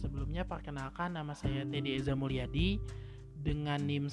Sebelumnya perkenalkan, nama saya Teddy Eza Mulyadi dengan NIM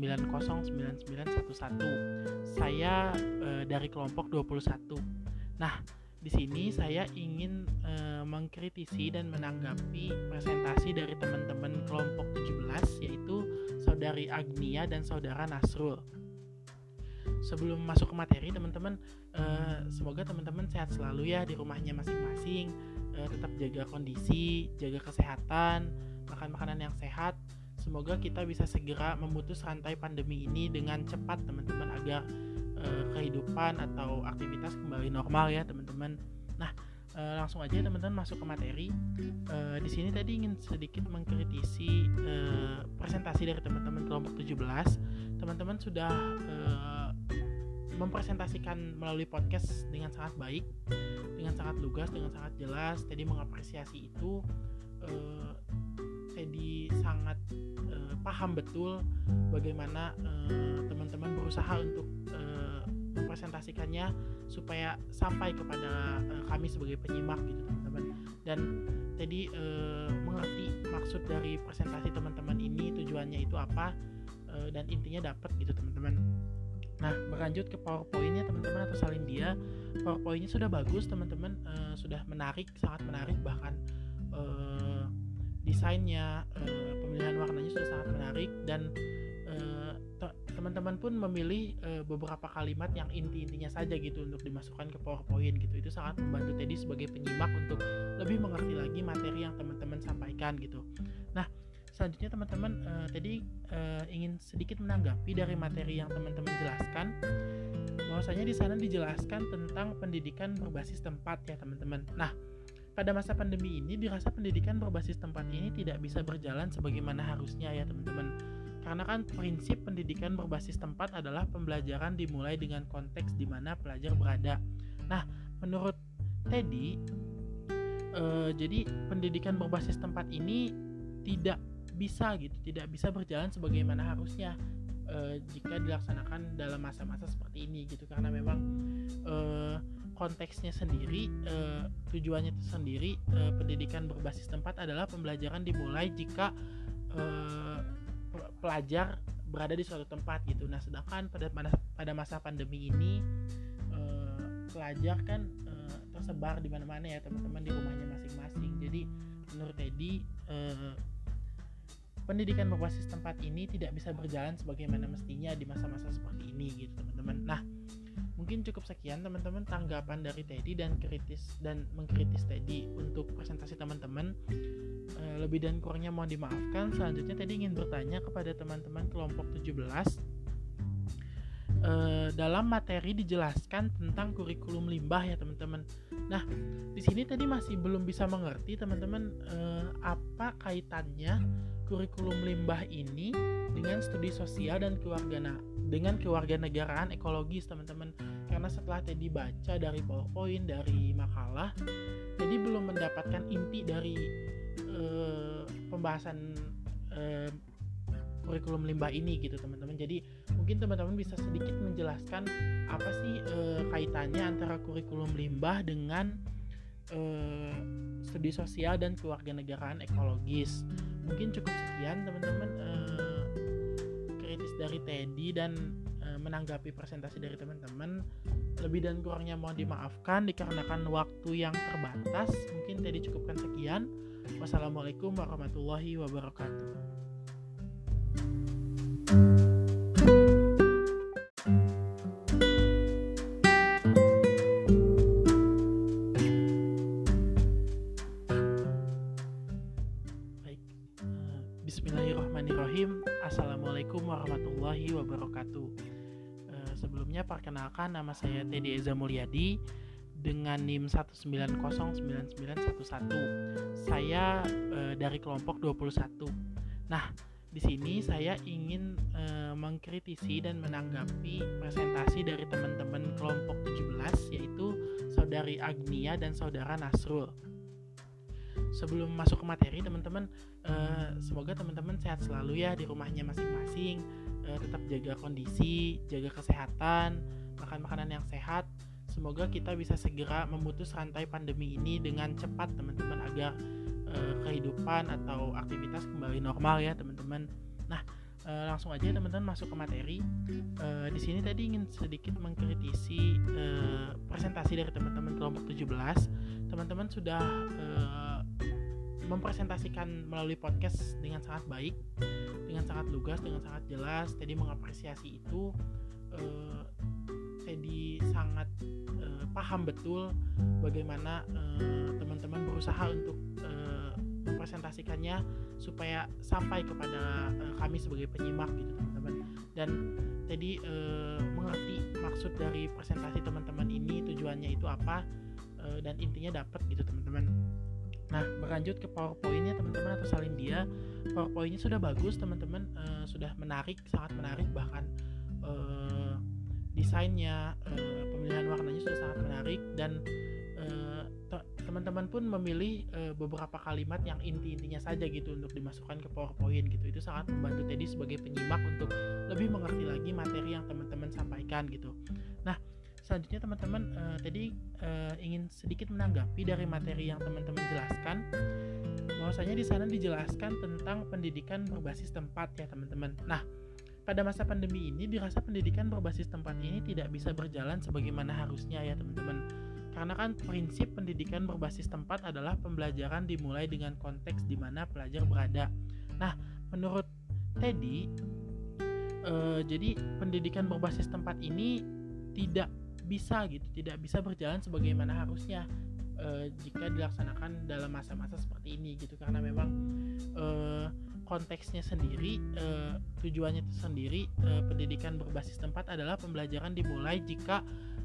1909911. Saya dari kelompok 21. Nah, di sini saya ingin mengkritisi dan menanggapi presentasi dari teman-teman kelompok 17, yaitu Saudari Agnia dan Saudara Nasrul. Sebelum masuk ke materi, teman-teman, semoga teman-teman sehat selalu ya di rumahnya masing-masing. Tetap jaga kondisi, jaga kesehatan, makan makanan yang sehat. Semoga kita bisa segera memutus rantai pandemi ini dengan cepat, teman-teman, agar kehidupan atau aktivitas kembali normal ya, teman-teman. Nah, langsung aja teman-teman masuk ke materi. Di sini tadi ingin sedikit mengkritisi presentasi dari teman-teman kelompok 17. Teman-teman sudah mempresentasikan melalui podcast dengan sangat baik, dengan sangat lugas, dengan sangat jelas. Tadi mengapresiasi itu. Tadi sangat paham betul bagaimana teman-teman berusaha untuk mempresentasikannya supaya sampai kepada kami sebagai penyimak gitu, teman-teman. Dan tadi mengerti maksud dari presentasi teman-teman ini, tujuannya itu apa, dan intinya dapat gitu, teman-teman. Nah, berlanjut ke PowerPoint-nya, teman-teman, atau salin dia. PowerPoint-nya sudah bagus, teman-teman, sudah menarik, sangat menarik, bahkan desainnya, pemilihan warnanya sudah sangat menarik, dan teman-teman pun memilih beberapa kalimat yang inti-intinya saja gitu untuk dimasukkan ke PowerPoint gitu. Itu sangat membantu Teddy sebagai penyimak untuk lebih mengerti lagi materi yang teman-teman sampaikan gitu. Nah, selanjutnya teman-teman, Teddy ingin sedikit menanggapi dari materi yang teman-teman jelaskan, bahwasanya di sana dijelaskan tentang pendidikan berbasis tempat ya, teman-teman. Nah, pada masa pandemi ini dirasa pendidikan berbasis tempat ini tidak bisa berjalan sebagaimana harusnya ya, teman-teman. Karena kan prinsip pendidikan berbasis tempat adalah pembelajaran dimulai dengan konteks di mana pelajar berada. Nah, menurut Teddy, jadi pendidikan berbasis tempat ini tidak bisa berjalan sebagaimana harusnya jika dilaksanakan dalam masa-masa seperti ini gitu. Karena memang konteksnya sendiri, tujuannya itu sendiri, pendidikan berbasis tempat adalah pembelajaran dimulai jika pelajar berada di suatu tempat gitu. Nah, sedangkan pada masa pandemi ini pelajar kan tersebar di mana-mana ya, teman-teman, di rumahnya masing-masing. Jadi menurut Teddy, pendidikan berbasis tempat ini tidak bisa berjalan sebagaimana mestinya di masa-masa seperti ini gitu, teman-teman. Nah, mungkin cukup sekian, teman-teman, tanggapan dari Teddy dan mengkritis Teddy untuk presentasi teman-teman. Lebih dan kurangnya mohon dimaafkan. Selanjutnya Teddy ingin bertanya kepada teman-teman kelompok 17. Dalam materi dijelaskan tentang kurikulum limbah ya, teman-teman. Nah, di sini tadi masih belum bisa mengerti, teman-teman, apa kaitannya kurikulum limbah ini dengan studi sosial dan kewarganegaraan ekologis, teman-teman. Karena setelah Teddy baca dari PowerPoint, dari makalah, Teddy belum mendapatkan inti dari pembahasan kurikulum limbah ini gitu, teman-teman. Jadi mungkin teman-teman bisa sedikit menjelaskan apa sih kaitannya antara kurikulum limbah dengan studi sosial dan kewarganegaraan ekologis. Mungkin cukup sekian, teman-teman, kritis dari Teddy dan menanggapi presentasi dari teman-teman. Lebih dan kurangnya mohon dimaafkan dikarenakan waktu yang terbatas. Mungkin Teddy cukupkan sekian. Wassalamualaikum warahmatullahi wabarakatuh. Bismillahirrahmanirrahim. Assalamualaikum warahmatullahi wabarakatuh. Sebelumnya perkenalkan, nama saya Teddy Eza Mulyadi dengan NIM 1909911. Saya dari kelompok 21. Nah, di sini saya ingin mengkritisi dan menanggapi presentasi dari teman-teman kelompok 17, yaitu Saudari Agnia dan Saudara Nasrul. Sebelum masuk ke materi, teman-teman, semoga teman-teman sehat selalu ya di rumahnya masing-masing. Tetap jaga kondisi, jaga kesehatan, makan makanan yang sehat. Semoga kita bisa segera memutus rantai pandemi ini dengan cepat, teman-teman, agar kehidupan atau aktivitas kembali normal ya teman-teman. Nah, langsung aja teman-teman masuk ke materi. Di sini tadi ingin sedikit mengkritisi presentasi dari teman-teman kelompok 17. Teman-teman sudah mempresentasikan melalui podcast dengan sangat baik, dengan sangat lugas, dengan sangat jelas. Tadi mengapresiasi itu. Teddy sangat paham betul bagaimana teman-teman berusaha untuk mempresentasikannya supaya sampai kepada kami sebagai penyimak gitu teman-teman. Dan Teddy mengerti maksud dari presentasi teman-teman ini, tujuannya itu apa, dan intinya dapat gitu teman-teman. Nah, berlanjut ke PowerPoint-nya teman-teman atau salin dia. PowerPoint-nya sudah bagus teman-teman, sudah menarik, sangat menarik, bahkan desainnya, pemilihan warnanya sudah sangat menarik, dan teman-teman pun memilih beberapa kalimat yang inti-intinya saja gitu untuk dimasukkan ke PowerPoint gitu. Itu sangat membantu Teddy sebagai penyimak untuk lebih mengerti lagi materi yang teman-teman sampaikan gitu. Nah, selanjutnya teman-teman, Teddy ingin sedikit menanggapi dari materi yang teman-teman jelaskan, bahwasanya di sana dijelaskan tentang pendidikan berbasis tempat ya teman-teman. Nah, pada masa pandemi ini dirasa pendidikan berbasis tempat ini tidak bisa berjalan sebagaimana harusnya ya teman-teman. Karena kan prinsip pendidikan berbasis tempat adalah pembelajaran dimulai dengan konteks di mana pelajar berada. Nah, menurut Teddy, jadi pendidikan berbasis tempat ini tidak bisa berjalan sebagaimana harusnya jika dilaksanakan dalam masa-masa seperti ini gitu. Karena memang konteksnya sendiri, tujuannya itu sendiri, pendidikan berbasis tempat adalah pembelajaran dimulai jika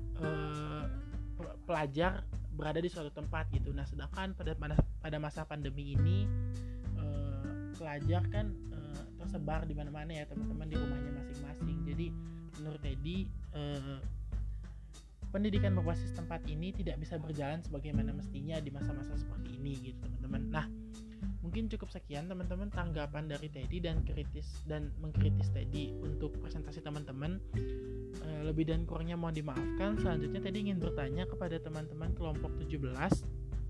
pelajar berada di suatu tempat gitu. Nah, sedangkan pada masa pandemi ini pelajar kan tersebar di mana-mana ya teman-teman, di rumahnya masing-masing. Jadi menurut Teddy, pendidikan berbasis tempat ini tidak bisa berjalan sebagaimana mestinya di masa-masa seperti ini gitu teman-teman. Nah, mungkin cukup sekian teman-teman tanggapan dari Teddy dan mengkritis Teddy untuk presentasi teman-teman. Lebih dan kurangnya mohon dimaafkan. Selanjutnya Teddy ingin bertanya kepada teman-teman kelompok 17.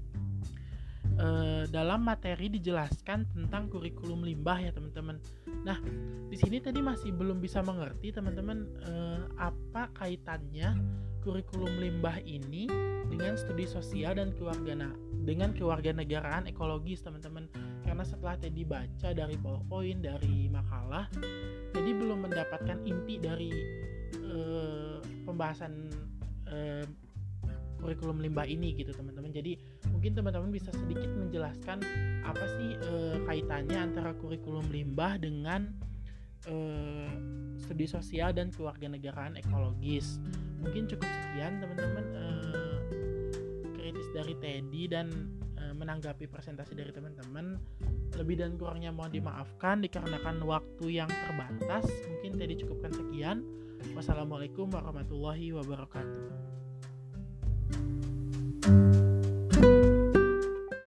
Dalam materi dijelaskan tentang kurikulum limbah ya teman-teman. Nah, di sini Teddy masih belum bisa mengerti teman-teman, apa kaitannya kurikulum limbah ini dengan studi sosial dan kewarganegaraan ekologis teman-teman. Karena setelah Teddy baca dari PowerPoint, dari makalah, Teddy belum mendapatkan inti dari pembahasan kurikulum limbah ini gitu teman-teman. Jadi mungkin teman-teman bisa sedikit menjelaskan apa sih kaitannya antara kurikulum limbah dengan studi sosial dan kewarganegaraan ekologis. Mungkin cukup sekian teman-teman kritis dari Teddy dan menanggapi presentasi dari teman-teman. Lebih dan kurangnya mohon dimaafkan dikarenakan waktu yang terbatas. Mungkin Teddy cukupkan sekian. Wassalamualaikum warahmatullahi wabarakatuh.